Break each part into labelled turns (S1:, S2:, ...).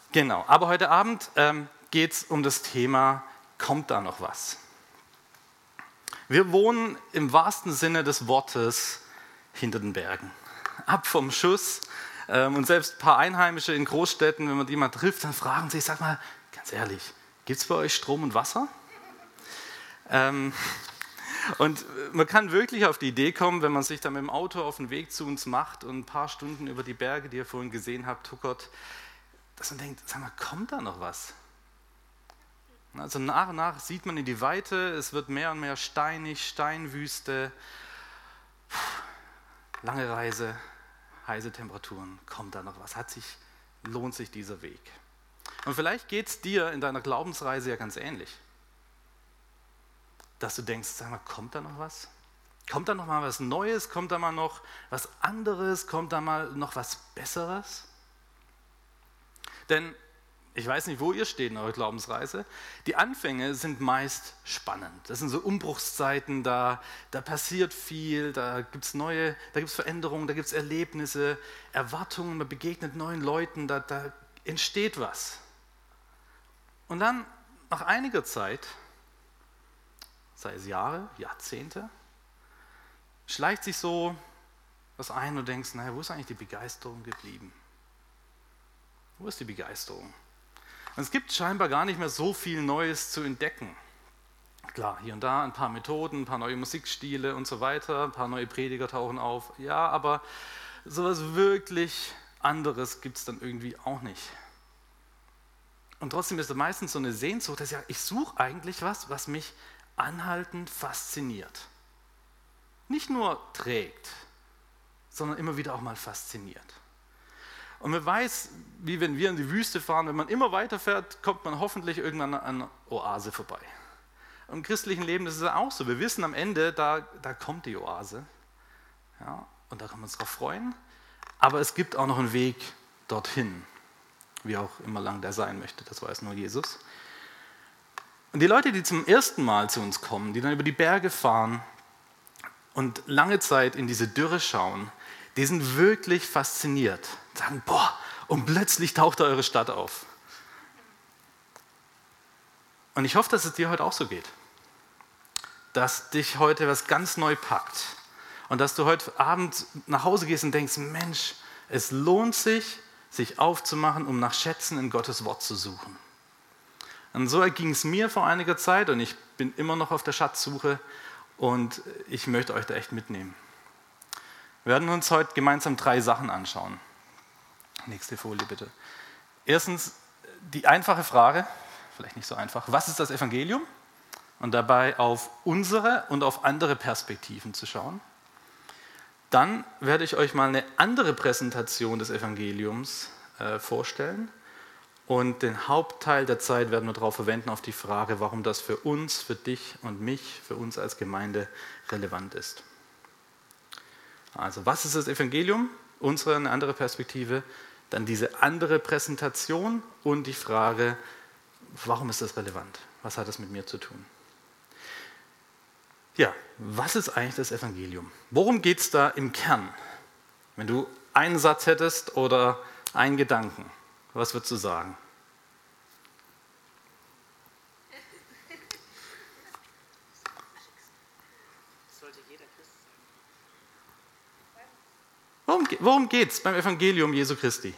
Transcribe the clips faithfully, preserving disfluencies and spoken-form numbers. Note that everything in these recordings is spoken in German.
S1: Genau, aber heute Abend ähm, geht es um das Thema, kommt da noch was? Wir wohnen im wahrsten Sinne des Wortes hinter den Bergen. Ab vom Schuss. Ähm, und selbst ein paar Einheimische in Großstädten, wenn man die mal trifft, dann fragen sie, sag mal, ganz ehrlich, gibt es bei euch Strom und Wasser? Ähm, und man kann wirklich auf die Idee kommen, wenn man sich dann mit dem Auto auf den Weg zu uns macht und ein paar Stunden über die Berge, die ihr vorhin gesehen habt, tuckert, dass man denkt, sag mal, kommt da noch was? Also nach und nach sieht man in die Weite, es wird mehr und mehr steinig, Steinwüste, lange Reise, heiße Temperaturen, kommt da noch was? Hat sich, lohnt sich dieser Weg? Und vielleicht geht es dir in deiner Glaubensreise ja ganz ähnlich. Dass du denkst, sag mal, kommt da noch was? Kommt da noch mal was Neues? Kommt da mal noch was anderes? Kommt da mal noch was Besseres? Denn ich weiß nicht, wo ihr steht in eurer Glaubensreise. Die Anfänge sind meist spannend. Das sind so Umbruchszeiten, da, da passiert viel, da gibt es neue, da gibt es Veränderungen, da gibt es Erlebnisse, Erwartungen, man begegnet neuen Leuten, da, da entsteht was. Und dann, nach einiger Zeit, sei es Jahre, Jahrzehnte, schleicht sich so was ein und denkst, naja, wo ist eigentlich die Begeisterung geblieben? Wo ist die Begeisterung? Und es gibt scheinbar gar nicht mehr so viel Neues zu entdecken. Klar, hier und da ein paar Methoden, ein paar neue Musikstile und so weiter, ein paar neue Prediger tauchen auf. Ja, aber sowas wirklich anderes gibt es dann irgendwie auch nicht. Und trotzdem ist da meistens so eine Sehnsucht, dass ja, ich suche eigentlich was, was mich anhaltend fasziniert. Nicht nur trägt, sondern immer wieder auch mal fasziniert. Und man weiß, wie wenn wir in die Wüste fahren, wenn man immer weiter fährt, kommt man hoffentlich irgendwann an einer Oase vorbei. Und im christlichen Leben ist es auch so. Wir wissen am Ende, da, da kommt die Oase. Ja, und da können wir uns drauf freuen. Aber es gibt auch noch einen Weg dorthin, wie auch immer lang der sein möchte. Das weiß nur Jesus. Und die Leute, die zum ersten Mal zu uns kommen, die dann über die Berge fahren und lange Zeit in diese Dürre schauen, die sind wirklich fasziniert. Sagen, boah, und plötzlich taucht da eure Stadt auf. Und ich hoffe, dass es dir heute auch so geht. Dass dich heute was ganz neu packt. Und dass du heute Abend nach Hause gehst und denkst, Mensch, es lohnt sich, sich aufzumachen, um nach Schätzen in Gottes Wort zu suchen. Und so erging es mir vor einiger Zeit und ich bin immer noch auf der Schatzsuche und ich möchte euch da echt mitnehmen. Wir werden uns heute gemeinsam drei Sachen anschauen. Nächste Folie bitte. Erstens die einfache Frage, vielleicht nicht so einfach, was ist das Evangelium? Und dabei auf unsere und auf andere Perspektiven zu schauen. Dann werde ich euch mal eine andere Präsentation des Evangeliums äh, vorstellen. Und den Hauptteil der Zeit werden wir darauf verwenden, auf die Frage, warum das für uns, für dich und mich, für uns als Gemeinde relevant ist. Also, was ist das Evangelium? Unsere, eine andere Perspektive. Dann diese andere Präsentation und die Frage, warum ist das relevant? Was hat das mit mir zu tun? Ja, was ist eigentlich das Evangelium? Worum geht es da im Kern? Wenn du einen Satz hättest oder einen Gedanken, was würdest du sagen? Worum, worum geht es beim Evangelium Jesu Christi?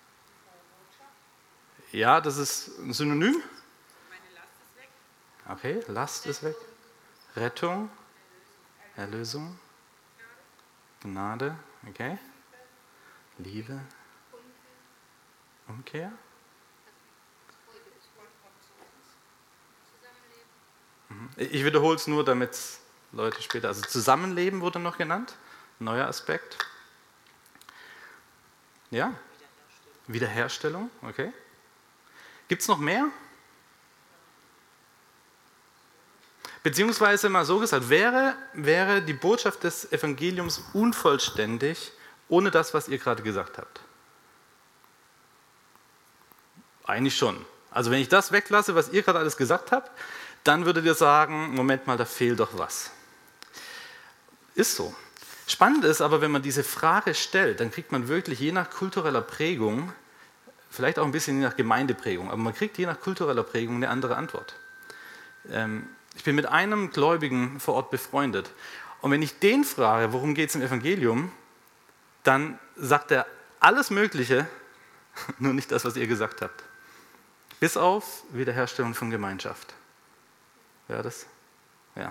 S1: Ja, das ist ein Synonym.
S2: Meine Last ist weg.
S1: Okay, Last ist weg. Rettung, Erlösung, Gnade, okay. Liebe, Umkehr. Ich wiederhole es nur, damit Leute später, also Zusammenleben wurde noch genannt, neuer Aspekt. Ja, Wiederherstellung, okay. Gibt es noch mehr? Beziehungsweise mal so gesagt, wäre, wäre die Botschaft des Evangeliums unvollständig ohne das, was ihr gerade gesagt habt? Eigentlich schon. Also wenn ich das weglasse, was ihr gerade alles gesagt habt, dann würdet ihr sagen, Moment mal, da fehlt doch was. Ist so. Spannend ist aber, wenn man diese Frage stellt, dann kriegt man wirklich je nach kultureller Prägung vielleicht auch ein bisschen je nach Gemeindeprägung, aber man kriegt je nach kultureller Prägung eine andere Antwort. Ähm, ich bin mit einem Gläubigen vor Ort befreundet und wenn ich den frage, worum geht es im Evangelium, dann sagt er alles Mögliche, nur nicht das, was ihr gesagt habt. Bis auf Wiederherstellung von Gemeinschaft. Wäre das? Ja.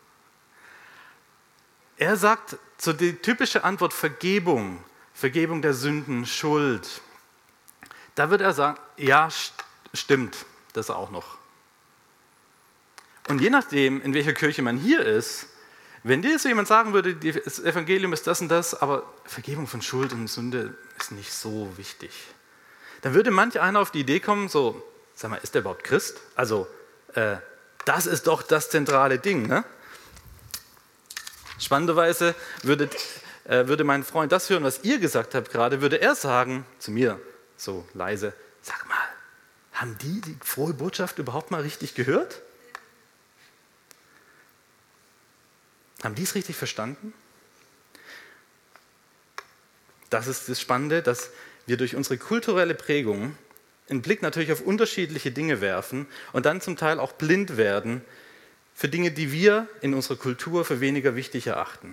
S1: Er sagt so die typische Antwort Vergebung, Vergebung der Sünden, Schuld. Da wird er sagen, ja, stimmt, das auch noch. Und je nachdem, in welcher Kirche man hier ist, wenn dir so jemand sagen würde, das Evangelium ist das und das, aber Vergebung von Schuld und Sünde ist nicht so wichtig, dann würde manch einer auf die Idee kommen, so, sag mal, ist der überhaupt Christ? Also, äh, das ist doch das zentrale Ding, ne? Spannenderweise würde, äh, würde mein Freund das hören, was ihr gesagt habt gerade, würde er sagen zu mir, so leise, sag mal, haben die die frohe Botschaft überhaupt mal richtig gehört? Haben die es richtig verstanden? Das ist das Spannende, dass wir durch unsere kulturelle Prägung einen Blick natürlich auf unterschiedliche Dinge werfen und dann zum Teil auch blind werden für Dinge, die wir in unserer Kultur für weniger wichtig erachten.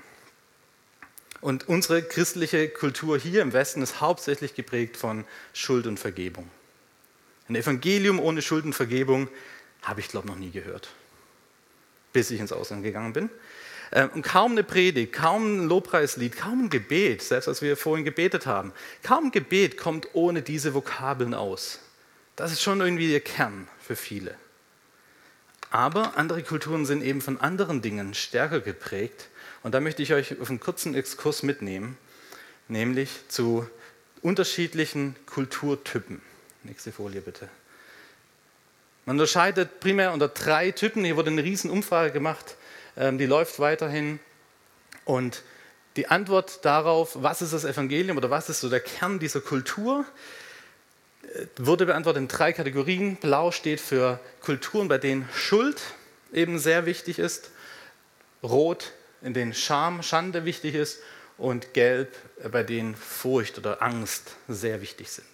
S1: Und unsere christliche Kultur hier im Westen ist hauptsächlich geprägt von Schuld und Vergebung. Ein Evangelium ohne Schuld und Vergebung habe ich, glaube ich, noch nie gehört, bis ich ins Ausland gegangen bin. Und kaum eine Predigt, kaum ein Lobpreislied, kaum ein Gebet, selbst als wir vorhin gebetet haben, kaum ein Gebet kommt ohne diese Vokabeln aus. Das ist schon irgendwie der Kern für viele. Aber andere Kulturen sind eben von anderen Dingen stärker geprägt. Und da möchte ich euch auf einen kurzen Exkurs mitnehmen, nämlich zu unterschiedlichen Kulturtypen. Nächste Folie bitte. Man unterscheidet primär unter drei Typen. Hier wurde eine riesen Umfrage gemacht, die läuft weiterhin. Und die Antwort darauf, was ist das Evangelium oder was ist so der Kern dieser Kultur, wurde beantwortet in drei Kategorien. Blau steht für Kulturen, bei denen Schuld eben sehr wichtig ist. Rot, in denen Scham, Schande wichtig ist. Und Gelb, bei denen Furcht oder Angst sehr wichtig sind.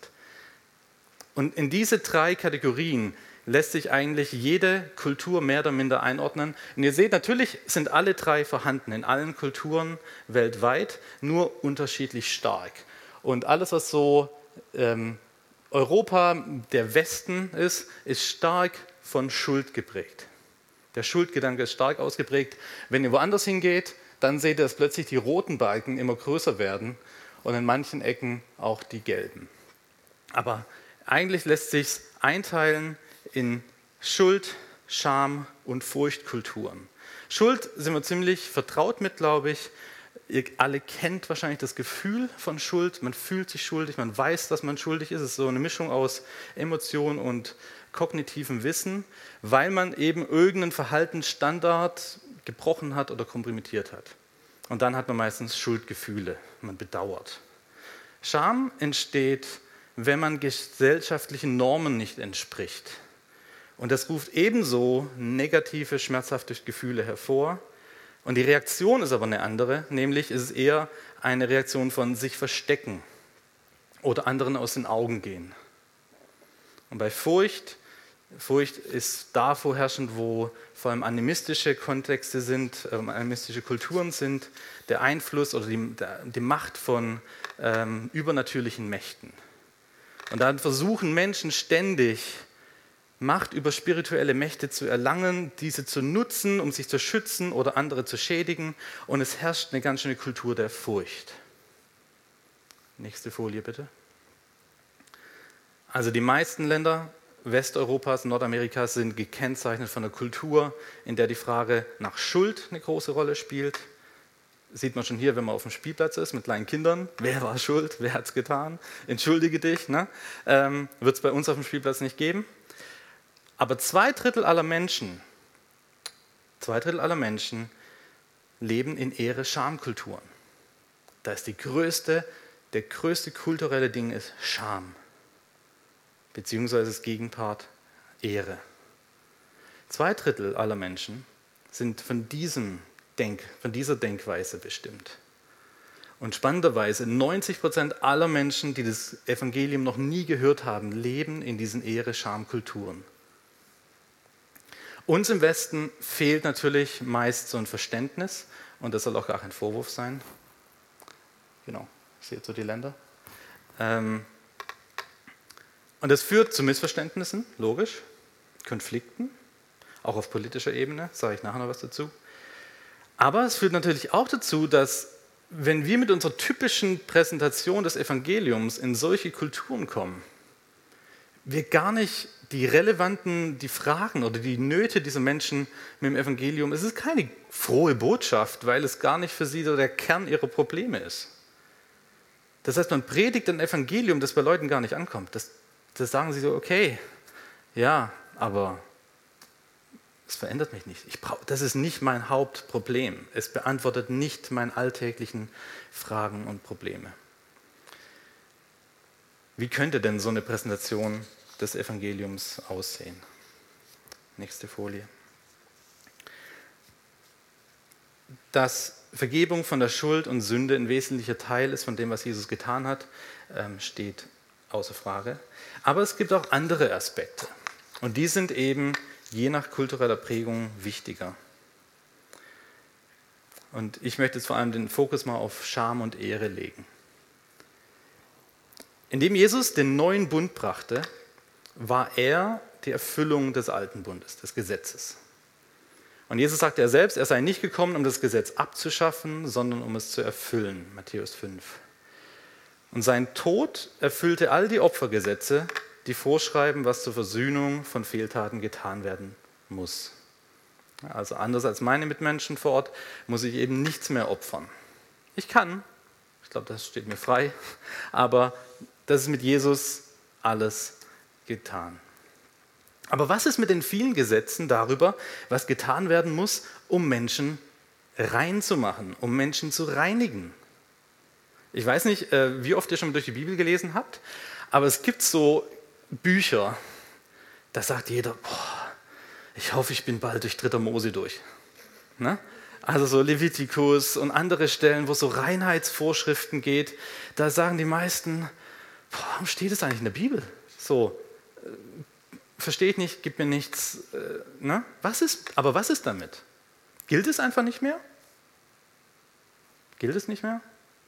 S1: Und in diese drei Kategorien lässt sich eigentlich jede Kultur mehr oder minder einordnen. Und ihr seht, natürlich sind alle drei vorhanden in allen Kulturen weltweit, nur unterschiedlich stark. Und alles, was so ähm, Europa, der Westen ist, ist stark von Schuld geprägt. Der Schuldgedanke ist stark ausgeprägt. Wenn ihr woanders hingeht, dann seht ihr, dass plötzlich die roten Balken immer größer werden und in manchen Ecken auch die gelben. Aber eigentlich lässt sich einteilen in Schuld, Scham und Furchtkulturen. Schuld sind wir ziemlich vertraut mit, glaube ich. Ihr alle kennt wahrscheinlich das Gefühl von Schuld. Man fühlt sich schuldig, man weiß, dass man schuldig ist. Es ist so eine Mischung aus Emotion und kognitivem Wissen, weil man eben irgendeinen Verhaltensstandard gebrochen hat oder kompromittiert hat. Und dann hat man meistens Schuldgefühle, man bedauert. Scham entsteht, wenn man gesellschaftlichen Normen nicht entspricht. Und das ruft ebenso negative, schmerzhafte Gefühle hervor. Und die Reaktion ist aber eine andere, nämlich ist es eher eine Reaktion von sich verstecken oder anderen aus den Augen gehen. Und bei Furcht, Furcht ist da vorherrschend, wo vor allem animistische Kontexte sind, äh, animistische Kulturen sind, der Einfluss oder die, die Macht von ähm, übernatürlichen Mächten. Und dann versuchen Menschen ständig, Macht über spirituelle Mächte zu erlangen, diese zu nutzen, um sich zu schützen oder andere zu schädigen. Und es herrscht eine ganz schöne Kultur der Furcht. Nächste Folie bitte. Also die meisten Länder Westeuropas, Nordamerikas sind gekennzeichnet von einer Kultur, in der die Frage nach Schuld eine große Rolle spielt. Das sieht man schon hier, wenn man auf dem Spielplatz ist mit kleinen Kindern. Wer war schuld? Wer hat es getan? Entschuldige dich. Ne? Ähm, wird es bei uns auf dem Spielplatz nicht geben. Aber zwei Drittel aller Menschen, zwei Drittel aller Menschen leben in Ehre-Scham-Kulturen. Da ist die größte, der größte kulturelle Ding ist Scham, beziehungsweise das Gegenpart Ehre. Zwei Drittel aller Menschen sind von diesem Denk, von dieser Denkweise bestimmt. Und spannenderweise, neunzig Prozent aller Menschen, die das Evangelium noch nie gehört haben, leben in diesen Ehre-Scham-Kulturen. Uns im Westen fehlt natürlich meist so ein Verständnis, und das soll auch gar kein Vorwurf sein. Genau, seht so die Länder. Ähm, und das führt zu Missverständnissen, logisch, Konflikten, auch auf politischer Ebene, sage ich nachher noch was dazu. Aber es führt natürlich auch dazu, dass wenn wir mit unserer typischen Präsentation des Evangeliums in solche Kulturen kommen, wir gar nicht die relevanten, die Fragen oder die Nöte dieser Menschen mit dem Evangelium, es ist keine frohe Botschaft, weil es gar nicht für sie so der Kern ihrer Probleme ist. Das heißt, man predigt ein Evangelium, das bei Leuten gar nicht ankommt. Das, das sagen sie so, okay, ja, aber es verändert mich nicht. Ich brauch, das ist nicht mein Hauptproblem. Es beantwortet nicht meine alltäglichen Fragen und Probleme. Wie könnte denn so eine Präsentation des Evangeliums aussehen? Nächste Folie. Dass Vergebung von der Schuld und Sünde ein wesentlicher Teil ist von dem, was Jesus getan hat, steht außer Frage. Aber es gibt auch andere Aspekte. Und die sind eben je nach kultureller Prägung wichtiger. Und ich möchte jetzt vor allem den Fokus mal auf Scham und Ehre legen. Indem Jesus den neuen Bund brachte, war er die Erfüllung des alten Bundes, des Gesetzes. Und Jesus sagte ja selbst, er sei nicht gekommen, um das Gesetz abzuschaffen, sondern um es zu erfüllen, Matthäus fünf. Und sein Tod erfüllte all die Opfergesetze, die vorschreiben, was zur Versöhnung von Fehltaten getan werden muss. Also anders als meine Mitmenschen vor Ort, muss ich eben nichts mehr opfern. Ich kann, ich glaube, das steht mir frei, aber das ist mit Jesus alles getan. Aber was ist mit den vielen Gesetzen darüber, was getan werden muss, um Menschen rein zu machen, um Menschen zu reinigen? Ich weiß nicht, wie oft ihr schon mal durch die Bibel gelesen habt, aber es gibt so Bücher, da sagt jeder, boah, ich hoffe, ich bin bald durch dritter Mose durch. Ne? Also so Levitikus und andere Stellen, wo es so Reinheitsvorschriften geht, da sagen die meisten, boah, warum steht das eigentlich in der Bibel? So, äh, verstehe ich nicht, gibt mir nichts. Äh, ne? Was ist, aber was ist damit? Gilt es einfach nicht mehr? Gilt es nicht mehr?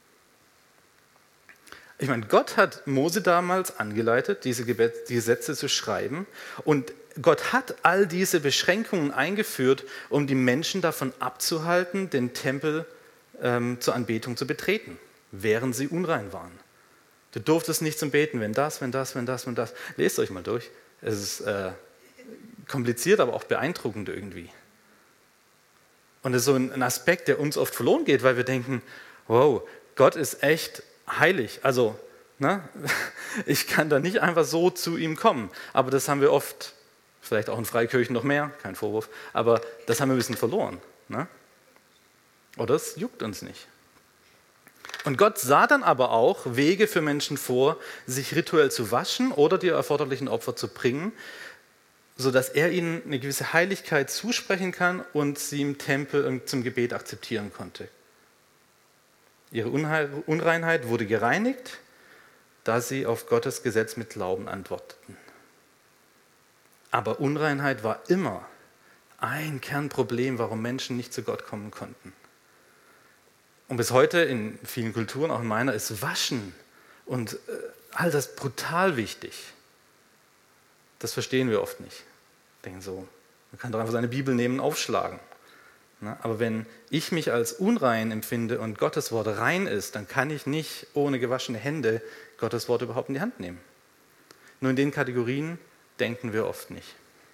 S1: Ich meine, Gott hat Mose damals angeleitet, diese Gesetze zu schreiben, und Gott hat all diese Beschränkungen eingeführt, um die Menschen davon abzuhalten, den Tempel ähm, zur Anbetung zu betreten, während sie unrein waren. Du durftest nicht zum Beten, wenn das, wenn das, wenn das, wenn das. Lest euch mal durch. Es ist äh, kompliziert, aber auch beeindruckend irgendwie. Und das ist so ein Aspekt, der uns oft verloren geht, weil wir denken, wow, Gott ist echt heilig, also ne, ich kann da nicht einfach so zu ihm kommen, aber das haben wir oft, vielleicht auch in Freikirchen noch mehr, kein Vorwurf, aber das haben wir ein bisschen verloren. Ne? Oder es juckt uns nicht. Und Gott sah dann aber auch Wege für Menschen vor, sich rituell zu waschen oder die erforderlichen Opfer zu bringen, sodass er ihnen eine gewisse Heiligkeit zusprechen kann und sie im Tempel zum Gebet akzeptieren konnte. Ihre Unreinheit wurde gereinigt, da sie auf Gottes Gesetz mit Glauben antworteten. Aber Unreinheit war immer ein Kernproblem, warum Menschen nicht zu Gott kommen konnten. Und bis heute in vielen Kulturen, auch in meiner, ist Waschen und all das brutal wichtig. Das verstehen wir oft nicht. Denken so, man kann doch einfach seine Bibel nehmen und aufschlagen. Aber wenn ich mich als unrein empfinde und Gottes Wort rein ist, dann kann ich nicht ohne gewaschene Hände Gottes Wort überhaupt in die Hand nehmen. Nur in den Kategorien denken wir oft nicht.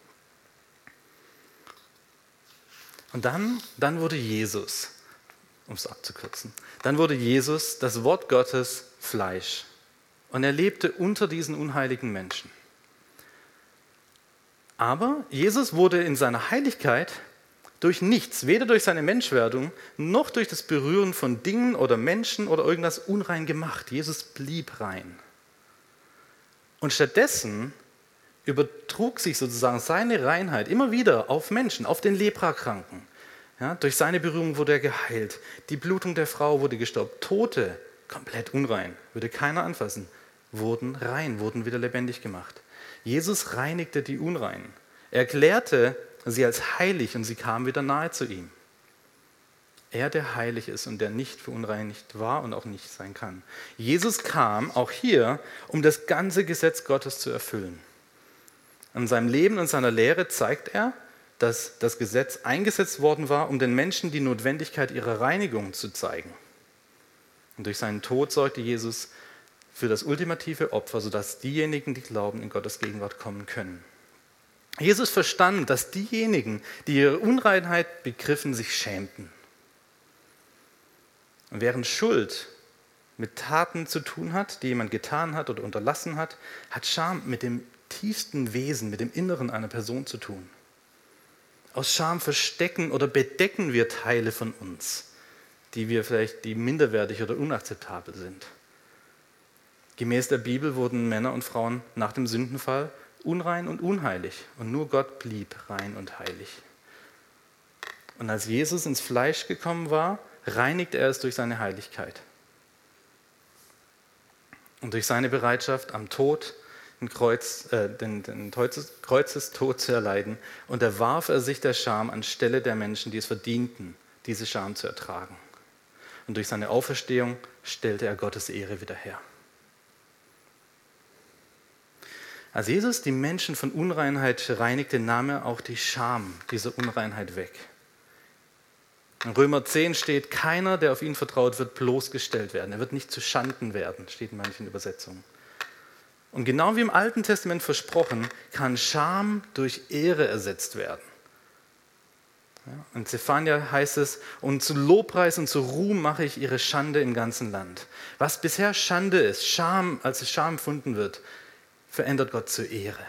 S1: Und dann, dann wurde Jesus, um es abzukürzen, dann wurde Jesus, das Wort Gottes, Fleisch. Und er lebte unter diesen unheiligen Menschen. Aber Jesus wurde in seiner Heiligkeit durch nichts, weder durch seine Menschwerdung, noch durch das Berühren von Dingen oder Menschen oder irgendwas unrein gemacht. Jesus blieb rein. Und stattdessen übertrug sich sozusagen seine Reinheit immer wieder auf Menschen, auf den Leprakranken. Ja, durch seine Berührung wurde er geheilt. Die Blutung der Frau wurde gestoppt. Tote, komplett unrein, würde keiner anfassen, wurden rein, wurden wieder lebendig gemacht. Jesus reinigte die Unreinen. Er erklärte sie als heilig und sie kamen wieder nahe zu ihm. Er, der heilig ist und der nicht verunreinigt war und auch nicht sein kann. Jesus kam auch hier, um das ganze Gesetz Gottes zu erfüllen. In seinem Leben und seiner Lehre zeigt er, dass das Gesetz eingesetzt worden war, um den Menschen die Notwendigkeit ihrer Reinigung zu zeigen. Und durch seinen Tod sorgte Jesus für das ultimative Opfer, sodass diejenigen, die glauben, in Gottes Gegenwart kommen können. Jesus verstand, dass diejenigen, die ihre Unreinheit begriffen, sich schämten. Und während Schuld mit Taten zu tun hat, die jemand getan hat oder unterlassen hat, hat Scham mit dem tiefsten Wesen, mit dem Inneren einer Person zu tun. Aus Scham verstecken oder bedecken wir Teile von uns, die wir vielleicht, die minderwertig oder unakzeptabel sind. Gemäß der Bibel wurden Männer und Frauen nach dem Sündenfall unrein und unheilig und nur Gott blieb rein und heilig. Und als Jesus ins Fleisch gekommen war, reinigt er es durch seine Heiligkeit. Und durch seine Bereitschaft, am Tod den, Kreuz, äh, den, den Kreuzestod zu erleiden, unterwarf er sich der Scham anstelle der Menschen, die es verdienten, diese Scham zu ertragen. Und durch seine Auferstehung stellte er Gottes Ehre wieder her. Als Jesus die Menschen von Unreinheit reinigte, nahm er auch die Scham dieser Unreinheit weg. In Römer zehn steht, keiner, der auf ihn vertraut, wird bloßgestellt werden. Er wird nicht zu Schanden werden, steht in manchen Übersetzungen. Und genau wie im Alten Testament versprochen, kann Scham durch Ehre ersetzt werden. Ja, in Zephania heißt es, und zu Lobpreis und zu Ruhm mache ich ihre Schande im ganzen Land. Was bisher Schande ist, Scham, als es Scham empfunden wird, verändert Gott zur Ehre.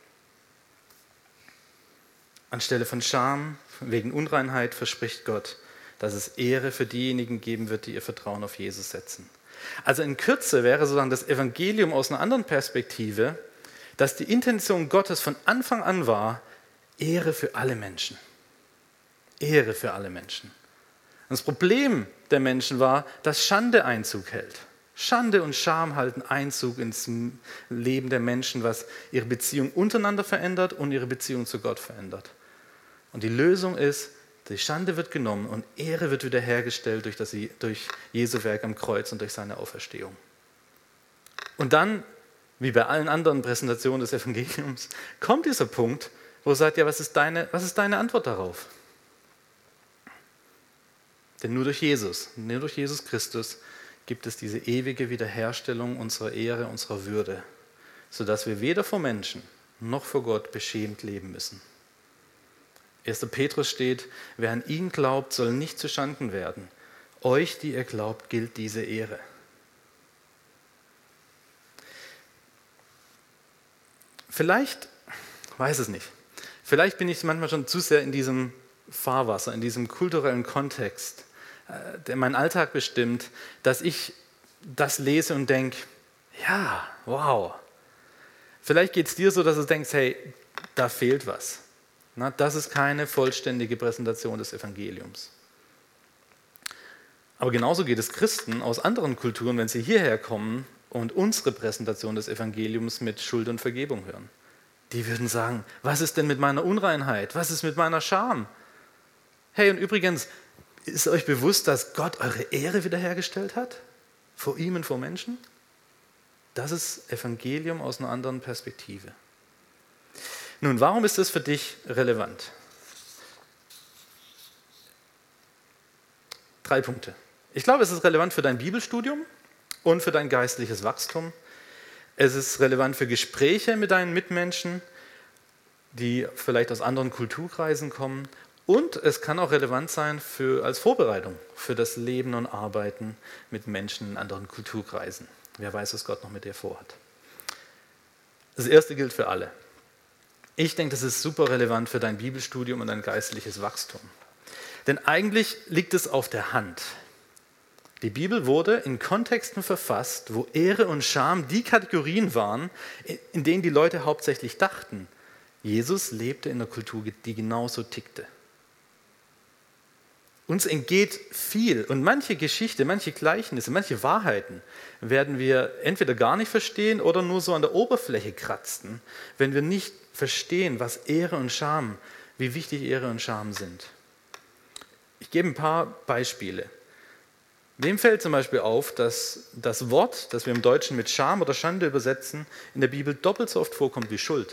S1: Anstelle von Scham wegen Unreinheit verspricht Gott, dass es Ehre für diejenigen geben wird, die ihr Vertrauen auf Jesus setzen. Also in Kürze wäre sozusagen das Evangelium aus einer anderen Perspektive, dass die Intention Gottes von Anfang an war, Ehre für alle Menschen. Ehre für alle Menschen. Und das Problem der Menschen war, dass Schande Einzug hält. Schande und Scham halten Einzug ins Leben der Menschen, was ihre Beziehung untereinander verändert und ihre Beziehung zu Gott verändert. Und die Lösung ist, die Schande wird genommen und Ehre wird wiederhergestellt durch, das, durch Jesu Werk am Kreuz und durch seine Auferstehung. Und dann, wie bei allen anderen Präsentationen des Evangeliums, kommt dieser Punkt, wo er sagt, ja, was ist deine, was ist deine Antwort darauf? Denn nur durch Jesus, nur durch Jesus Christus gibt es diese ewige Wiederherstellung unserer Ehre, unserer Würde, sodass wir weder vor Menschen noch vor Gott beschämt leben müssen. erster Petrus steht, wer an ihn glaubt, soll nicht zu Schanden werden. Euch, die ihr glaubt, gilt diese Ehre. Vielleicht, weiß es nicht, vielleicht bin ich manchmal schon zu sehr in diesem Fahrwasser, in diesem kulturellen Kontext, der meinen Alltag bestimmt, dass ich das lese und denke, ja, wow. Vielleicht geht es dir so, dass du denkst, hey, da fehlt was. Na, das ist keine vollständige Präsentation des Evangeliums. Aber genauso geht es Christen aus anderen Kulturen, wenn sie hierher kommen und unsere Präsentation des Evangeliums mit Schuld und Vergebung hören. Die würden sagen, was ist denn mit meiner Unreinheit? Was ist mit meiner Scham? Hey, und übrigens, ist euch bewusst, dass Gott eure Ehre wiederhergestellt hat? Vor ihm und vor Menschen? Das ist Evangelium aus einer anderen Perspektive. Nun, warum ist das für dich relevant? Drei Punkte. Ich glaube, es ist relevant für dein Bibelstudium und für dein geistliches Wachstum. Es ist relevant für Gespräche mit deinen Mitmenschen, die vielleicht aus anderen Kulturkreisen kommen. Und es kann auch relevant sein für, als Vorbereitung für das Leben und Arbeiten mit Menschen in anderen Kulturkreisen. Wer weiß, was Gott noch mit dir vorhat. Das erste gilt für alle. Ich denke, das ist super relevant für dein Bibelstudium und dein geistliches Wachstum. Denn eigentlich liegt es auf der Hand. Die Bibel wurde in Kontexten verfasst, wo Ehre und Scham die Kategorien waren, in denen die Leute hauptsächlich dachten. Jesus lebte in einer Kultur, die genauso tickte. Uns entgeht viel und manche Geschichte, manche Gleichnisse, manche Wahrheiten werden wir entweder gar nicht verstehen oder nur so an der Oberfläche kratzen, wenn wir nicht verstehen, was Ehre und Scham, wie wichtig Ehre und Scham sind. Ich gebe ein paar Beispiele. Wem fällt zum Beispiel auf, dass das Wort, das wir im Deutschen mit Scham oder Schande übersetzen, in der Bibel doppelt so oft vorkommt wie Schuld?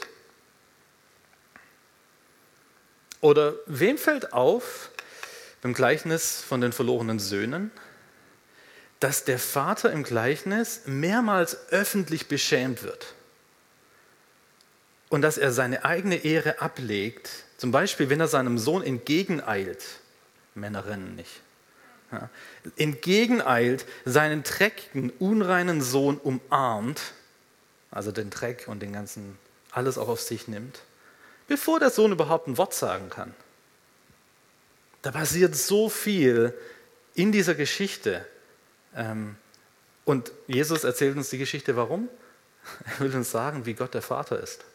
S1: Oder wem fällt auf, beim Gleichnis von den verlorenen Söhnen, dass der Vater im Gleichnis mehrmals öffentlich beschämt wird und dass er seine eigene Ehre ablegt, zum Beispiel wenn er seinem Sohn entgegeneilt, Männer rennen nicht, ja, entgegeneilt, seinen dreckigen, unreinen Sohn umarmt, also den Dreck und den ganzen, alles auch auf sich nimmt, bevor der Sohn überhaupt ein Wort sagen kann. Da passiert so viel in dieser Geschichte. Und Jesus erzählt uns die Geschichte, warum? Er will uns sagen, wie Gott der Vater ist.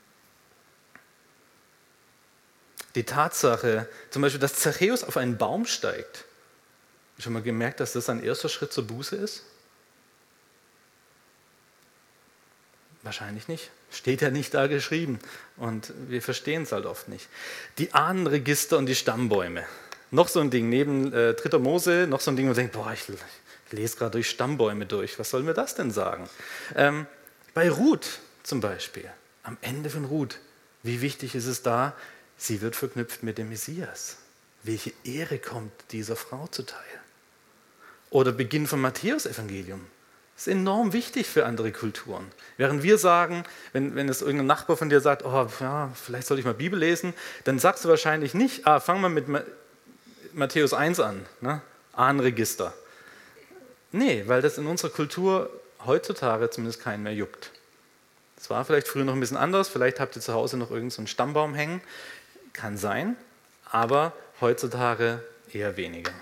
S1: Die Tatsache, zum Beispiel, dass Zachäus auf einen Baum steigt. Hast du schon mal gemerkt, dass das ein erster Schritt zur Buße ist? Wahrscheinlich nicht. Steht ja nicht da geschrieben. Und wir verstehen es halt oft nicht. Die Ahnenregister und die Stammbäume. Noch so ein Ding, neben äh, dritter Mose, noch so ein Ding, wo man denkt, boah, ich, ich lese gerade durch Stammbäume durch. Was soll mir das denn sagen? Ähm, bei Ruth zum Beispiel, am Ende von Ruth, wie wichtig ist es da? Sie wird verknüpft mit dem Messias. Welche Ehre kommt dieser Frau zuteil? Oder Beginn vom Matthäusevangelium. Das ist enorm wichtig für andere Kulturen. Während wir sagen, wenn, wenn es irgendein Nachbar von dir sagt, oh, ja, vielleicht soll ich mal Bibel lesen, dann sagst du wahrscheinlich nicht, ah, fang mal mit Matthäus eins an, ne? Ahnenregister. Nee, weil das in unserer Kultur heutzutage zumindest keinen mehr juckt. Das war vielleicht früher noch ein bisschen anders, vielleicht habt ihr zu Hause noch irgendeinen so einen Stammbaum hängen, kann sein, aber heutzutage eher weniger.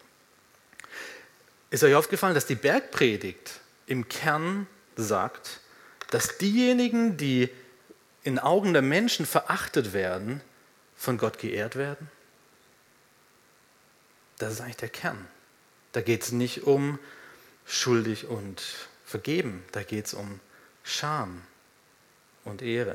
S1: Ist euch aufgefallen, dass die Bergpredigt im Kern sagt, dass diejenigen, die in Augen der Menschen verachtet werden, von Gott geehrt werden? Das ist eigentlich der Kern. Da geht es nicht um schuldig und vergeben, da geht es um Scham und Ehre.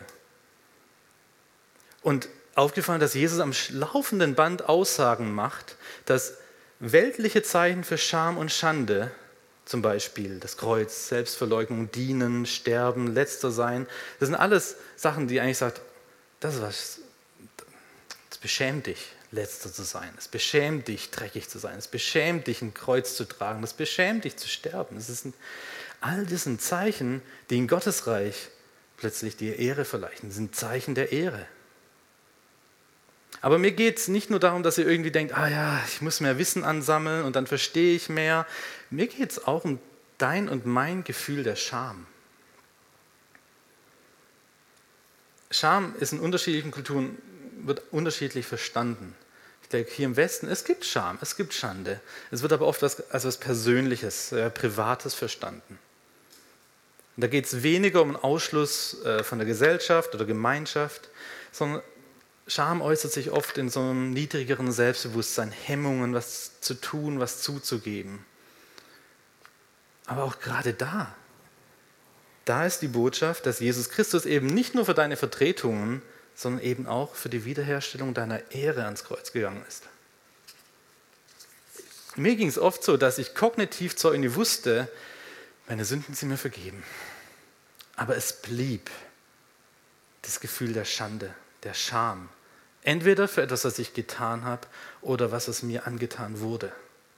S1: Und aufgefallen, dass Jesus am laufenden Band Aussagen macht, dass weltliche Zeichen für Scham und Schande, zum Beispiel das Kreuz, Selbstverleugnung, Dienen, Sterben, Letzter sein, das sind alles Sachen, die eigentlich sagt, das ist was, das beschämt dich, Letzter zu sein. Es beschämt dich, dreckig zu sein. Es beschämt dich, ein Kreuz zu tragen. Es beschämt dich, zu sterben. Es ist ein, all das sind Zeichen, die in Gottes Reich plötzlich dir Ehre verleihen. Das sind Zeichen der Ehre. Aber mir geht es nicht nur darum, dass ihr irgendwie denkt, ah ja, ich muss mehr Wissen ansammeln und dann verstehe ich mehr. Mir geht es auch um dein und mein Gefühl der Scham. Scham ist in unterschiedlichen Kulturen, wird unterschiedlich verstanden. Ich denke, hier im Westen, es gibt Scham, es gibt Schande. Es wird aber oft als, als etwas Persönliches, äh, Privates verstanden. Und da geht es weniger um einen Ausschluss äh, von der Gesellschaft oder Gemeinschaft, sondern Scham äußert sich oft in so einem niedrigeren Selbstbewusstsein, Hemmungen, was zu tun, was zuzugeben. Aber auch gerade da, da ist die Botschaft, dass Jesus Christus eben nicht nur für deine Vertretungen, sondern eben auch für die Wiederherstellung deiner Ehre ans Kreuz gegangen ist. Mir ging es oft so, dass ich kognitiv zwar irgendwie wusste, meine Sünden sind mir vergeben, aber es blieb das Gefühl der Schande, der Scham. Entweder für etwas, was ich getan habe, oder was es mir angetan wurde.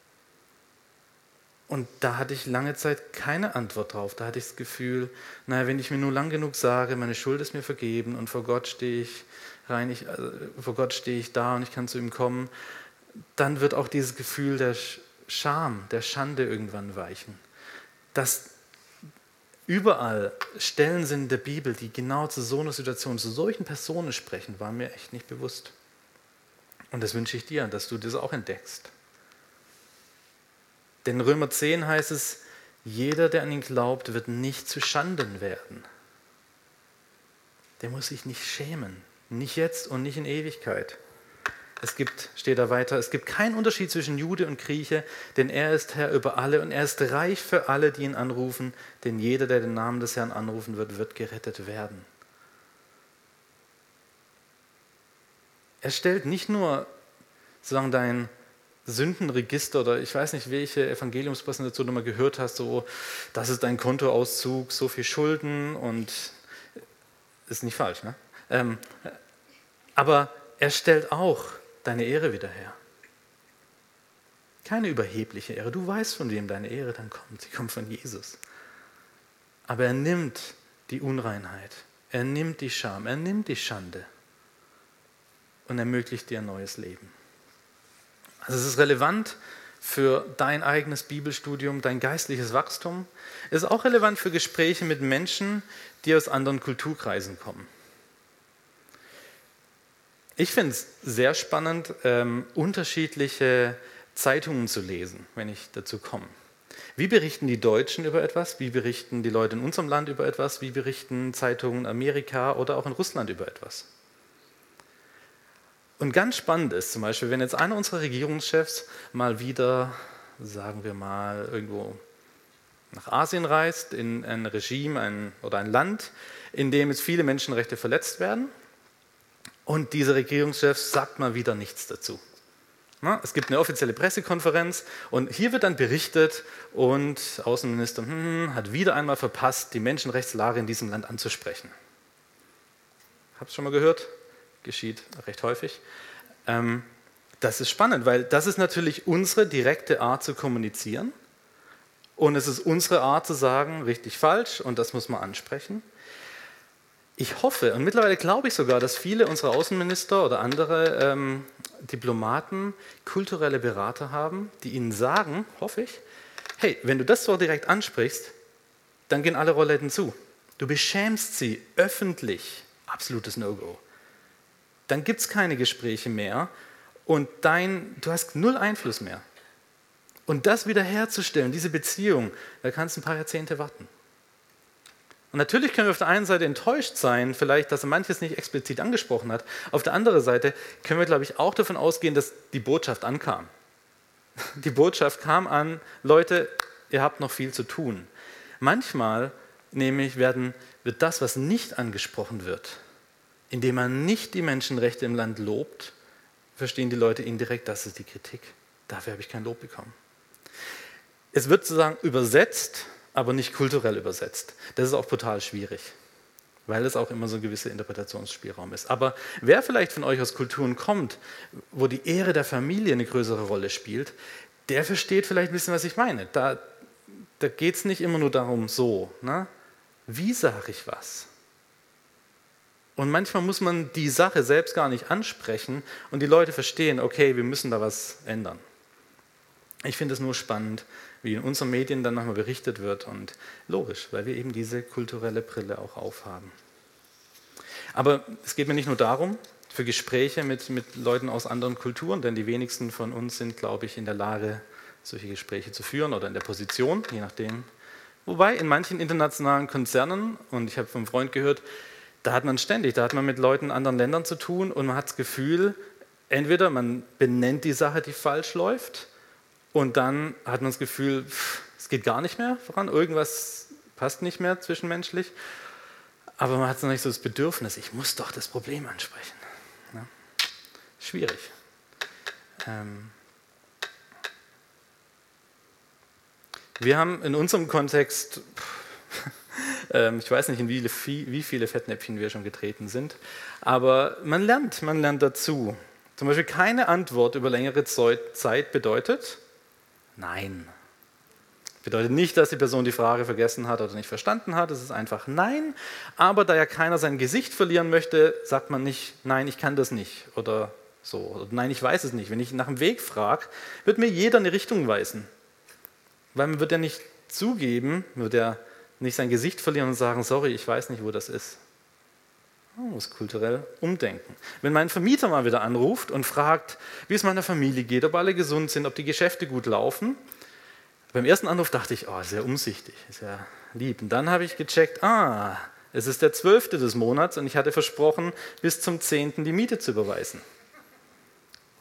S1: Und da hatte ich lange Zeit keine Antwort drauf. Da hatte ich das Gefühl, naja, wenn ich mir nur lang genug sage, meine Schuld ist mir vergeben und vor Gott stehe ich rein, ich, also vor Gott stehe ich da und ich kann zu ihm kommen, dann wird auch dieses Gefühl der Scham, der Schande irgendwann weichen. Dass überall Stellen sind in der Bibel, die genau zu so einer Situation, zu solchen Personen sprechen, war mir echt nicht bewusst. Und das wünsche ich dir, dass du das auch entdeckst. Denn in Römer zehn heißt es, jeder, der an ihn glaubt, wird nicht zu Schanden werden. Der muss sich nicht schämen. Nicht jetzt und nicht in Ewigkeit. Es gibt, steht da weiter, es gibt keinen Unterschied zwischen Jude und Grieche, denn er ist Herr über alle und er ist reich für alle, die ihn anrufen, denn jeder, der den Namen des Herrn anrufen wird, wird gerettet werden. Er stellt nicht nur sozusagen dein Sündenregister oder ich weiß nicht, welche Evangeliumspräsentation du mal gehört hast, so, das ist dein Kontoauszug, so viel Schulden und ist nicht falsch, ne? Ähm, aber er stellt auch deine Ehre wieder her. Keine überhebliche Ehre. Du weißt, von wem deine Ehre dann kommt. Sie kommt von Jesus. Aber er nimmt die Unreinheit, er nimmt die Scham, er nimmt die Schande und ermöglicht dir ein neues Leben. Also es ist relevant für dein eigenes Bibelstudium, dein geistliches Wachstum. Es ist auch relevant für Gespräche mit Menschen, die aus anderen Kulturkreisen kommen. Ich finde es sehr spannend, ähm, unterschiedliche Zeitungen zu lesen, wenn ich dazu komme. Wie berichten die Deutschen über etwas? Wie berichten die Leute in unserem Land über etwas? Wie berichten Zeitungen in Amerika oder auch in Russland über etwas? Und ganz spannend ist zum Beispiel, wenn jetzt einer unserer Regierungschefs mal wieder, sagen wir mal, irgendwo nach Asien reist, in ein Regime ein, oder ein Land, in dem jetzt viele Menschenrechte verletzt werden. Und dieser Regierungschef sagt mal wieder nichts dazu. Na, es gibt eine offizielle Pressekonferenz und hier wird dann berichtet und Außenminister hm, hat wieder einmal verpasst, die Menschenrechtslage in diesem Land anzusprechen. Habt ihr schon mal gehört? Geschieht recht häufig. Ähm, das ist spannend, weil das ist natürlich unsere direkte Art zu kommunizieren und es ist unsere Art zu sagen, richtig, falsch und das muss man ansprechen. Ich hoffe und mittlerweile glaube ich sogar, dass viele unserer Außenminister oder andere ähm, Diplomaten kulturelle Berater haben, die ihnen sagen, hoffe ich, hey, wenn du das so direkt ansprichst, dann gehen alle Rollläden zu. Du beschämst sie öffentlich, absolutes No-Go. Dann gibt es keine Gespräche mehr und dein, du hast null Einfluss mehr. Und das wiederherzustellen, diese Beziehung, da kannst du ein paar Jahrzehnte warten. Und natürlich können wir auf der einen Seite enttäuscht sein, vielleicht, dass er manches nicht explizit angesprochen hat. Auf der anderen Seite können wir, glaube ich, auch davon ausgehen, dass die Botschaft ankam. Die Botschaft kam an, Leute, ihr habt noch viel zu tun. Manchmal nämlich werden, wird das, was nicht angesprochen wird, indem man nicht die Menschenrechte im Land lobt, verstehen die Leute indirekt, das ist die Kritik. Dafür habe ich kein Lob bekommen. Es wird sozusagen übersetzt, aber nicht kulturell übersetzt. Das ist auch total schwierig, weil es auch immer so ein gewisser Interpretationsspielraum ist. Aber wer vielleicht von euch aus Kulturen kommt, wo die Ehre der Familie eine größere Rolle spielt, der versteht vielleicht ein bisschen, was ich meine. Da, da geht es nicht immer nur darum, so, ne? Wie sage ich was? Und manchmal muss man die Sache selbst gar nicht ansprechen und die Leute verstehen, okay, wir müssen da was ändern. Ich finde es nur spannend, wie in unseren Medien dann nochmal berichtet wird und logisch, weil wir eben diese kulturelle Brille auch aufhaben. Aber es geht mir nicht nur darum, für Gespräche mit, mit Leuten aus anderen Kulturen, denn die wenigsten von uns sind, glaube ich, in der Lage, solche Gespräche zu führen oder in der Position, je nachdem. Wobei in manchen internationalen Konzernen, und ich habe vom Freund gehört, da hat man ständig, da hat man mit Leuten in anderen Ländern zu tun und man hat das Gefühl, entweder man benennt die Sache, die falsch läuft, und dann hat man das Gefühl, pff, es geht gar nicht mehr voran, irgendwas passt nicht mehr zwischenmenschlich, aber man hat noch nicht so das Bedürfnis, ich muss doch das Problem ansprechen. Ja? Schwierig. Ähm Wir haben in unserem Kontext, ähm, ich weiß nicht, in wie, wie viele Fettnäpfchen wir schon getreten sind, aber man lernt, man lernt dazu. Zum Beispiel keine Antwort über längere Zeit bedeutet Nein. Bedeutet nicht, dass die Person die Frage vergessen hat oder nicht verstanden hat, es ist einfach Nein, aber da ja keiner sein Gesicht verlieren möchte, sagt man nicht, nein, ich kann das nicht oder so, oder nein, ich weiß es nicht. Wenn ich nach dem Weg frage, wird mir jeder eine Richtung weisen, weil man wird ja nicht zugeben, wird ja nicht sein Gesicht verlieren und sagen, sorry, ich weiß nicht, wo das ist. Man muss kulturell umdenken. Wenn mein Vermieter mal wieder anruft und fragt, wie es meiner Familie geht, ob alle gesund sind, ob die Geschäfte gut laufen, beim ersten Anruf dachte ich, oh, sehr umsichtig, ist ja lieb. Und dann habe ich gecheckt, ah, es ist der zwölfte des Monats und ich hatte versprochen, bis zum zehnten die Miete zu überweisen.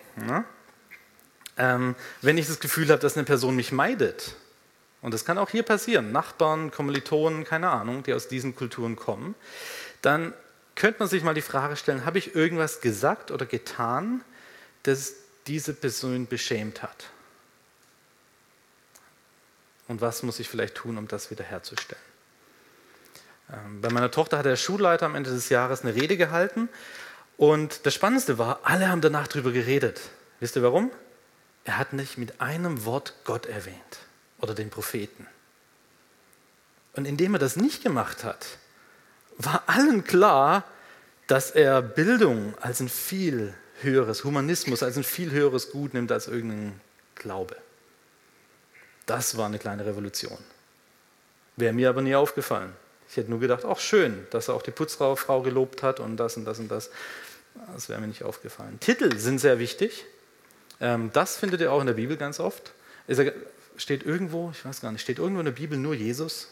S1: Ja? Ähm, wenn ich das Gefühl habe, dass eine Person mich meidet, und das kann auch hier passieren, Nachbarn, Kommilitonen, keine Ahnung, die aus diesen Kulturen kommen, dann könnte man sich mal die Frage stellen, habe ich irgendwas gesagt oder getan, das diese Person beschämt hat? Und was muss ich vielleicht tun, um das wiederherzustellen? Ähm, bei meiner Tochter hat der Schulleiter am Ende des Jahres eine Rede gehalten und das Spannendste war, alle haben danach darüber geredet. Wisst ihr warum? Er hat nicht mit einem Wort Gott erwähnt oder den Propheten. Und indem er das nicht gemacht hat, war allen klar, dass er Bildung als ein viel höheres, Humanismus als ein viel höheres Gut nimmt als irgendein Glaube. Das war eine kleine Revolution. Wäre mir aber nie aufgefallen. Ich hätte nur gedacht, ach schön, dass er auch die Putzfrau gelobt hat und das und das und das. Das wäre mir nicht aufgefallen. Titel sind sehr wichtig. Das findet ihr auch in der Bibel ganz oft. Es steht irgendwo, ich weiß gar nicht, steht irgendwo in der Bibel nur Jesus?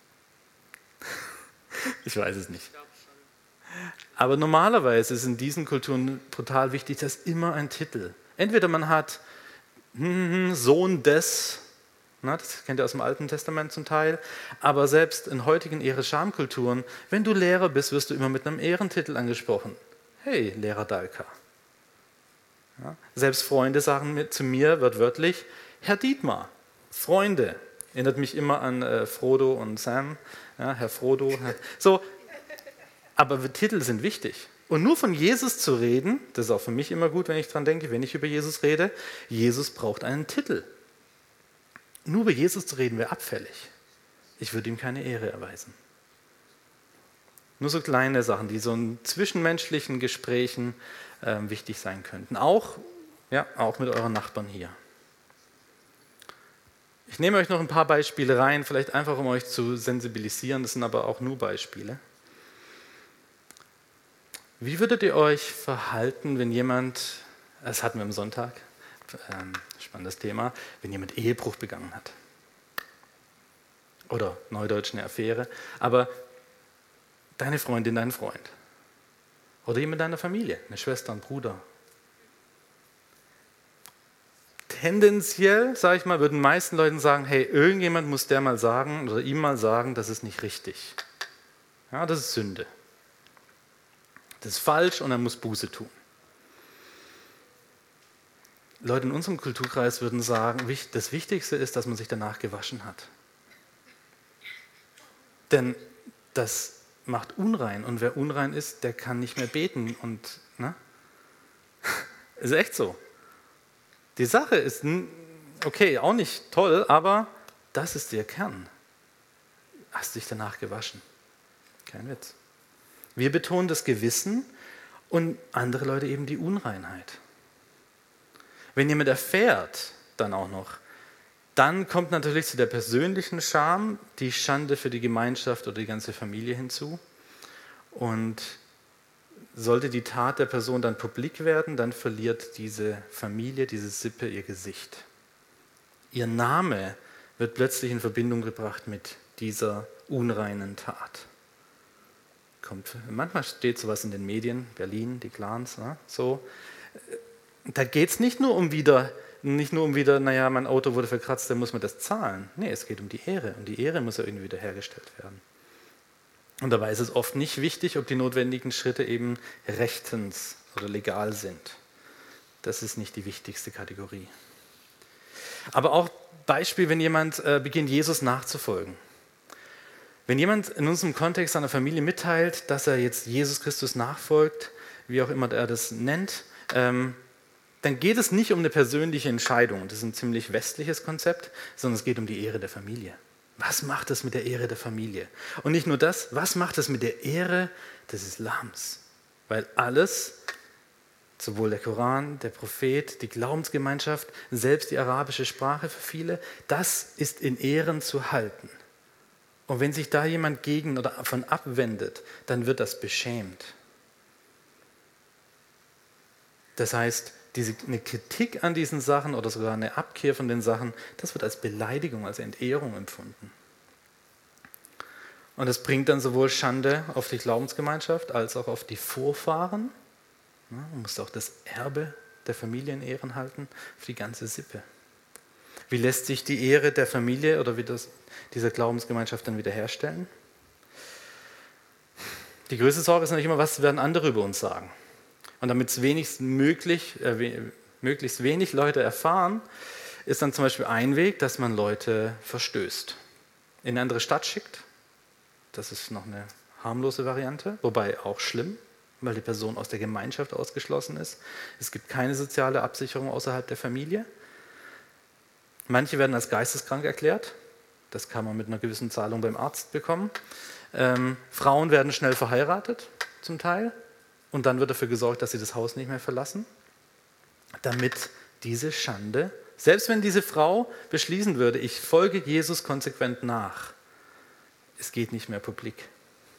S1: Ich weiß es nicht. Aber normalerweise ist in diesen Kulturen brutal wichtig, dass immer ein Titel. Entweder man hat Sohn des, na, das kennt ihr aus dem Alten Testament zum Teil, aber selbst in heutigen Ehre-Scham-Kulturen, wenn du Lehrer bist, wirst du immer mit einem Ehrentitel angesprochen. Hey, Lehrer Dalka. Ja, selbst Freunde sagen mit, zu mir wörtlich, Herr Dietmar, Freunde. Erinnert mich immer an äh, Frodo und Sam, ja, Herr Frodo. Herr, so, aber Titel sind wichtig. Und nur von Jesus zu reden, das ist auch für mich immer gut, wenn ich dran denke, wenn ich über Jesus rede, Jesus braucht einen Titel. Nur über Jesus zu reden wäre abfällig. Ich würde ihm keine Ehre erweisen. Nur so kleine Sachen, die so in zwischenmenschlichen Gesprächen äh, wichtig sein könnten. Auch, ja, auch mit euren Nachbarn hier. Ich nehme euch noch ein paar Beispiele rein, vielleicht einfach um euch zu sensibilisieren, das sind aber auch nur Beispiele. Wie würdet ihr euch verhalten, wenn jemand, das hatten wir am Sonntag, ähm, spannendes Thema, wenn jemand Ehebruch begangen hat? Oder neudeutsch eine Affäre, aber deine Freundin, dein Freund. Oder jemand deiner Familie, eine Schwester, ein Bruder. Tendenziell, sage ich mal, würden die meisten Leuten sagen, hey, irgendjemand muss der mal sagen oder ihm mal sagen, das ist nicht richtig. Ja, das ist Sünde. Das ist falsch und er muss Buße tun. Leute in unserem Kulturkreis würden sagen, das Wichtigste ist, dass man sich danach gewaschen hat. Denn das macht unrein und wer unrein ist, der kann nicht mehr beten. Und, ne? Ist echt so. Die Sache ist, okay, auch nicht toll, aber das ist der Kern. Hast dich danach gewaschen. Kein Witz. Wir betonen das Gewissen und andere Leute eben die Unreinheit. Wenn jemand erfährt, dann auch noch, dann kommt natürlich zu der persönlichen Scham die Schande für die Gemeinschaft oder die ganze Familie hinzu. Und sollte die Tat der Person dann publik werden, dann verliert diese Familie, diese Sippe ihr Gesicht. Ihr Name wird plötzlich in Verbindung gebracht mit dieser unreinen Tat. Kommt, manchmal steht sowas in den Medien, Berlin, die Clans, ne, so. Da geht es nicht nur um wieder, nicht nur um wieder, naja, mein Auto wurde verkratzt, dann muss man das zahlen. Nee, es geht um die Ehre und die Ehre muss ja irgendwie wiederhergestellt werden. Und dabei ist es oft nicht wichtig, ob die notwendigen Schritte eben rechtens oder legal sind. Das ist nicht die wichtigste Kategorie. Aber auch Beispiel, wenn jemand äh, beginnt, Jesus nachzufolgen. Wenn jemand in unserem Kontext seiner Familie mitteilt, dass er jetzt Jesus Christus nachfolgt, wie auch immer er das nennt, ähm, dann geht es nicht um eine persönliche Entscheidung, das ist ein ziemlich westliches Konzept, sondern es geht um die Ehre der Familie. Was macht es mit der Ehre der Familie? Und nicht nur das, was macht es mit der Ehre des Islams? Weil alles, sowohl der Koran, der Prophet, die Glaubensgemeinschaft, selbst die arabische Sprache für viele, das ist in Ehren zu halten. Und wenn sich da jemand gegen oder von abwendet, dann wird das beschämt. Das heißt, diese, eine Kritik an diesen Sachen oder sogar eine Abkehr von den Sachen, das wird als Beleidigung, als Entehrung empfunden. Und das bringt dann sowohl Schande auf die Glaubensgemeinschaft als auch auf die Vorfahren. Ja, man muss auch das Erbe der Familie in Ehren halten, für die ganze Sippe? Wie lässt sich die Ehre der Familie oder wie das, dieser Glaubensgemeinschaft dann wiederherstellen? Die größte Sorge ist natürlich immer, was werden andere über uns sagen? Und damit es wenigstens möglich, äh, möglichst wenig Leute erfahren, ist dann zum Beispiel ein Weg, dass man Leute verstößt. In eine andere Stadt schickt. Das ist noch eine harmlose Variante, wobei auch schlimm, weil die Person aus der Gemeinschaft ausgeschlossen ist. Es gibt keine soziale Absicherung außerhalb der Familie. Manche werden als geisteskrank erklärt. Das kann man mit einer gewissen Zahlung beim Arzt bekommen. Ähm, Frauen werden schnell verheiratet, zum Teil. Und dann wird dafür gesorgt, dass sie das Haus nicht mehr verlassen, damit diese Schande, selbst wenn diese Frau beschließen würde, ich folge Jesus konsequent nach, es geht nicht mehr publik.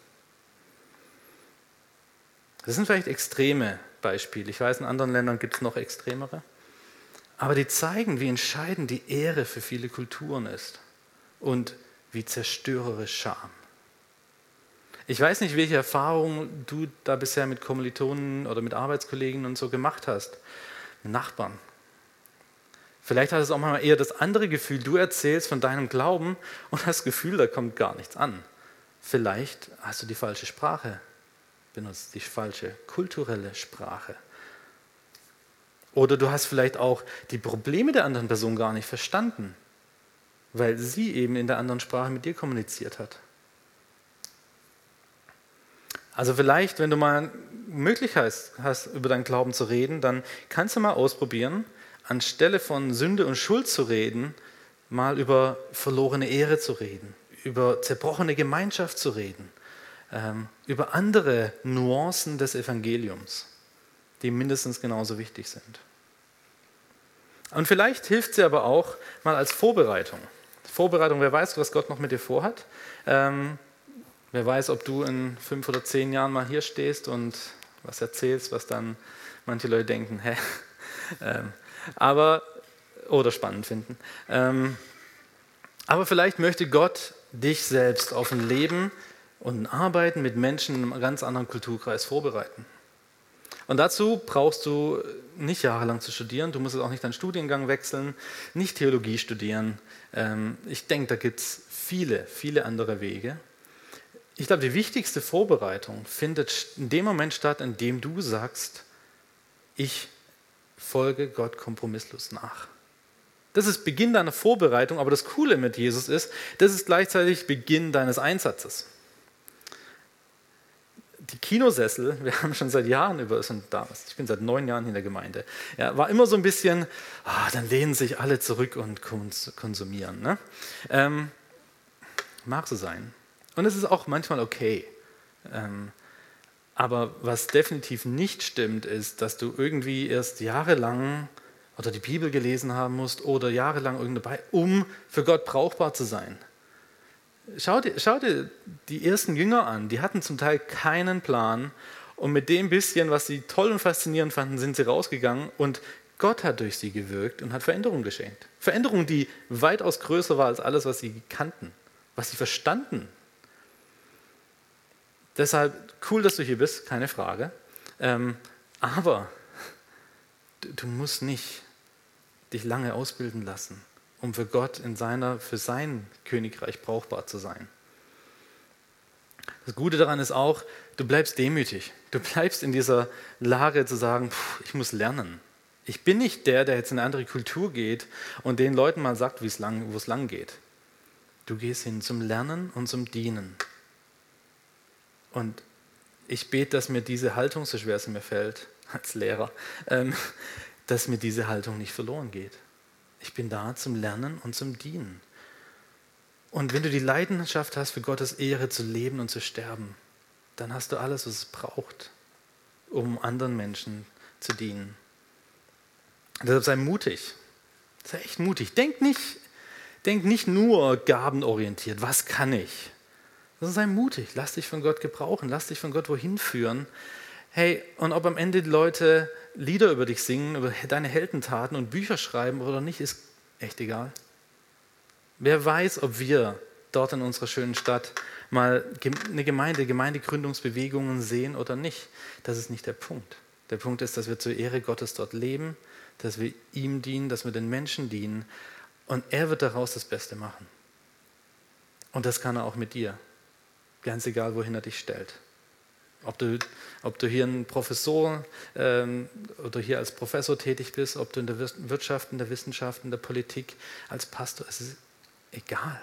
S1: Das sind vielleicht extreme Beispiele. Ich weiß, in anderen Ländern gibt es noch extremere. Aber die zeigen, wie entscheidend die Ehre für viele Kulturen ist und wie zerstörerisch Scham. Ich weiß nicht, welche Erfahrungen du da bisher mit Kommilitonen oder mit Arbeitskollegen und so gemacht hast, mit Nachbarn. Vielleicht hast du auch mal eher das andere Gefühl, du erzählst von deinem Glauben und hast das Gefühl, da kommt gar nichts an. Vielleicht hast du die falsche Sprache benutzt, die falsche kulturelle Sprache. Oder du hast vielleicht auch die Probleme der anderen Person gar nicht verstanden, weil sie eben in der anderen Sprache mit dir kommuniziert hat. Also vielleicht, wenn du mal Möglichkeit hast, über deinen Glauben zu reden, dann kannst du mal ausprobieren, anstelle von Sünde und Schuld zu reden, mal über verlorene Ehre zu reden, über zerbrochene Gemeinschaft zu reden, ähm, über andere Nuancen des Evangeliums, die mindestens genauso wichtig sind. Und vielleicht hilft sie aber auch mal als Vorbereitung. Vorbereitung, wer weiß, was Gott noch mit dir vorhat. Ähm, wer weiß, ob du in fünf oder zehn Jahren mal hier stehst und was erzählst, was dann manche Leute denken, hä? ähm, aber, oder spannend finden. Ähm, aber vielleicht möchte Gott dich selbst auf ein Leben und ein Arbeiten mit Menschen in einem ganz anderen Kulturkreis vorbereiten. Und dazu brauchst du nicht jahrelang zu studieren, du musst auch nicht deinen Studiengang wechseln, nicht Theologie studieren. Ähm, ich denke, da gibt es viele, viele andere Wege. Ich glaube, die wichtigste Vorbereitung findet in dem Moment statt, in dem du sagst, ich folge Gott kompromisslos nach. Das ist Beginn deiner Vorbereitung, aber das Coole mit Jesus ist, das ist gleichzeitig Beginn deines Einsatzes. Die Kinosessel, wir haben schon seit Jahren über, ich bin seit neun Jahren in der Gemeinde, ja, war immer so ein bisschen, ah, dann lehnen sich alle zurück und konsumieren. Ne? Ähm, mag so sein. Und es ist auch manchmal okay. Ähm, aber was definitiv nicht stimmt, ist, dass du irgendwie erst jahrelang oder die Bibel gelesen haben musst oder jahrelang irgend dabei, um für Gott brauchbar zu sein. Schau dir, schau dir die ersten Jünger an, die hatten zum Teil keinen Plan und mit dem bisschen, was sie toll und faszinierend fanden, sind sie rausgegangen und Gott hat durch sie gewirkt und hat Veränderungen geschenkt. Veränderungen, die weitaus größer war als alles, was sie kannten, was sie verstanden. Deshalb cool, dass du hier bist, keine Frage. Ähm, aber du, du musst nicht dich lange ausbilden lassen, um für Gott in seiner, für sein Königreich brauchbar zu sein. Das Gute daran ist auch, du bleibst demütig. Du bleibst in dieser Lage zu sagen, pff, ich muss lernen. Ich bin nicht der, der jetzt in eine andere Kultur geht und den Leuten mal sagt, wie es lang, wo es lang geht. Du gehst hin zum Lernen und zum Dienen. Und ich bete, dass mir diese Haltung, so schwer sie mir fällt, als Lehrer, ähm, dass mir diese Haltung nicht verloren geht. Ich bin da zum Lernen und zum Dienen. Und wenn du die Leidenschaft hast, für Gottes Ehre zu leben und zu sterben, dann hast du alles, was es braucht, um anderen Menschen zu dienen. Und deshalb sei mutig. Sei echt mutig. Denk nicht, denk nicht nur gabenorientiert, was kann ich? Sondern sei mutig. Lass dich von Gott gebrauchen. Lass dich von Gott wohin führen. Hey, und ob am Ende die Leute Lieder über dich singen, über deine Heldentaten und Bücher schreiben oder nicht, ist echt egal. Wer weiß, ob wir dort in unserer schönen Stadt mal eine Gemeinde, Gemeindegründungsbewegungen sehen oder nicht. Das ist nicht der Punkt. Der Punkt ist, dass wir zur Ehre Gottes dort leben, dass wir ihm dienen, dass wir den Menschen dienen und er wird daraus das Beste machen. Und das kann er auch mit dir, ganz egal, wohin er dich stellt. Ob du, ob du hier ein Professor ähm, oder hier als Professor tätig bist, ob du in der Wirtschaft, in der Wissenschaft, in der Politik, als Pastor, es ist egal.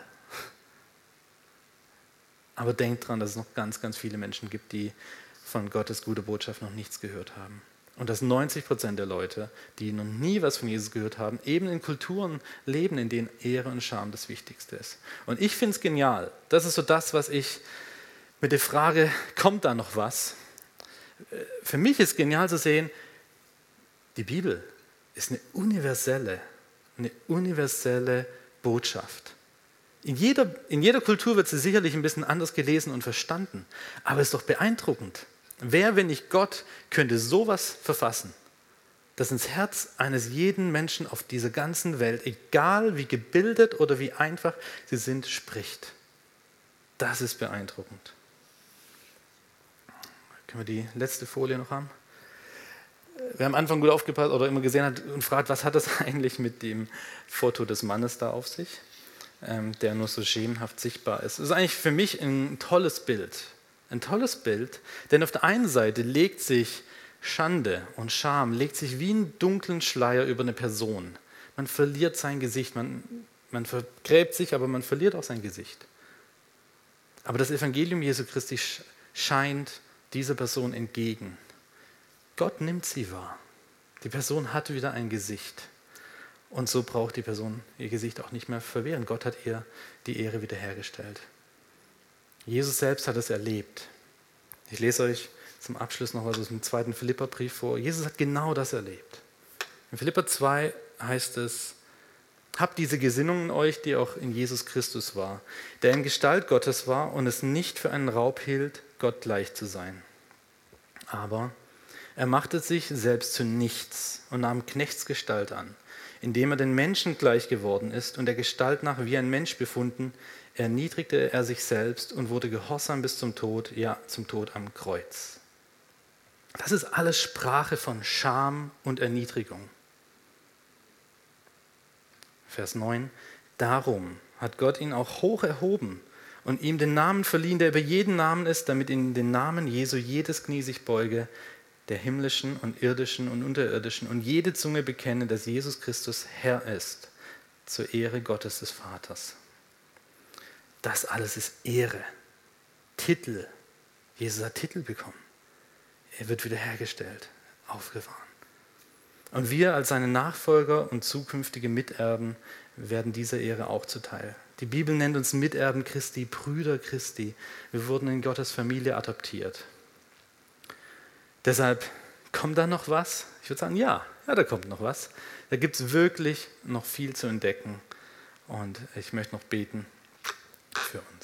S1: Aber denk dran, dass es noch ganz, ganz viele Menschen gibt, die von Gottes gute Botschaft noch nichts gehört haben. Und dass neunzig Prozent der Leute, die noch nie was von Jesus gehört haben, eben in Kulturen leben, in denen Ehre und Scham das Wichtigste ist. Und ich finde es genial. Das ist so das, was ich mit der Frage, kommt da noch was? Für mich ist genial zu sehen, die Bibel ist eine universelle, eine universelle Botschaft. In jeder, in jeder Kultur wird sie sicherlich ein bisschen anders gelesen und verstanden, aber es ist doch beeindruckend. Wer, wenn nicht Gott, könnte sowas verfassen, das ins Herz eines jeden Menschen auf dieser ganzen Welt, egal wie gebildet oder wie einfach sie sind, spricht. Das ist beeindruckend. Können wir die letzte Folie noch haben? Wer am Anfang gut aufgepasst oder immer gesehen hat und fragt, was hat das eigentlich mit dem Foto des Mannes da auf sich, ähm, der nur so schemenhaft sichtbar ist. Das ist eigentlich für mich ein tolles Bild. Ein tolles Bild, denn auf der einen Seite legt sich Schande und Scham, legt sich wie einen dunklen Schleier über eine Person. Man verliert sein Gesicht, man, man vergräbt sich, aber man verliert auch sein Gesicht. Aber das Evangelium Jesu Christi scheint dieser Person entgegen. Gott nimmt sie wahr. Die Person hat wieder ein Gesicht. Und so braucht die Person ihr Gesicht auch nicht mehr verwehren. Gott hat ihr die Ehre wiederhergestellt. Jesus selbst hat es erlebt. Ich lese euch zum Abschluss noch was aus dem zweiten Philipperbrief vor. Jesus hat genau das erlebt. In Philipper zwei heißt es, habt diese Gesinnung in euch, die auch in Jesus Christus war, der in Gestalt Gottes war und es nicht für einen Raub hielt, Gott gleich zu sein. Aber er machte sich selbst zu nichts und nahm Knechtsgestalt an, indem er den Menschen gleich geworden ist und der Gestalt nach wie ein Mensch befunden, erniedrigte er sich selbst und wurde gehorsam bis zum Tod, ja, zum Tod am Kreuz. Das ist alles Sprache von Scham und Erniedrigung. Vers neun. Darum hat Gott ihn auch hoch erhoben und ihm den Namen verliehen, der über jeden Namen ist, damit in den Namen Jesu jedes Knie sich beuge, der himmlischen und irdischen und unterirdischen, und jede Zunge bekenne, dass Jesus Christus Herr ist, zur Ehre Gottes des Vaters. Das alles ist Ehre, Titel. Jesus hat Titel bekommen. Er wird wiederhergestellt, aufgefahren. Und wir als seine Nachfolger und zukünftige Miterben werden dieser Ehre auch zuteil. Die Bibel nennt uns Miterben Christi, Brüder Christi. Wir wurden in Gottes Familie adoptiert. Deshalb, kommt da noch was? Ich würde sagen, ja, ja, da kommt noch was. Da gibt es wirklich noch viel zu entdecken. Und ich möchte noch beten für uns.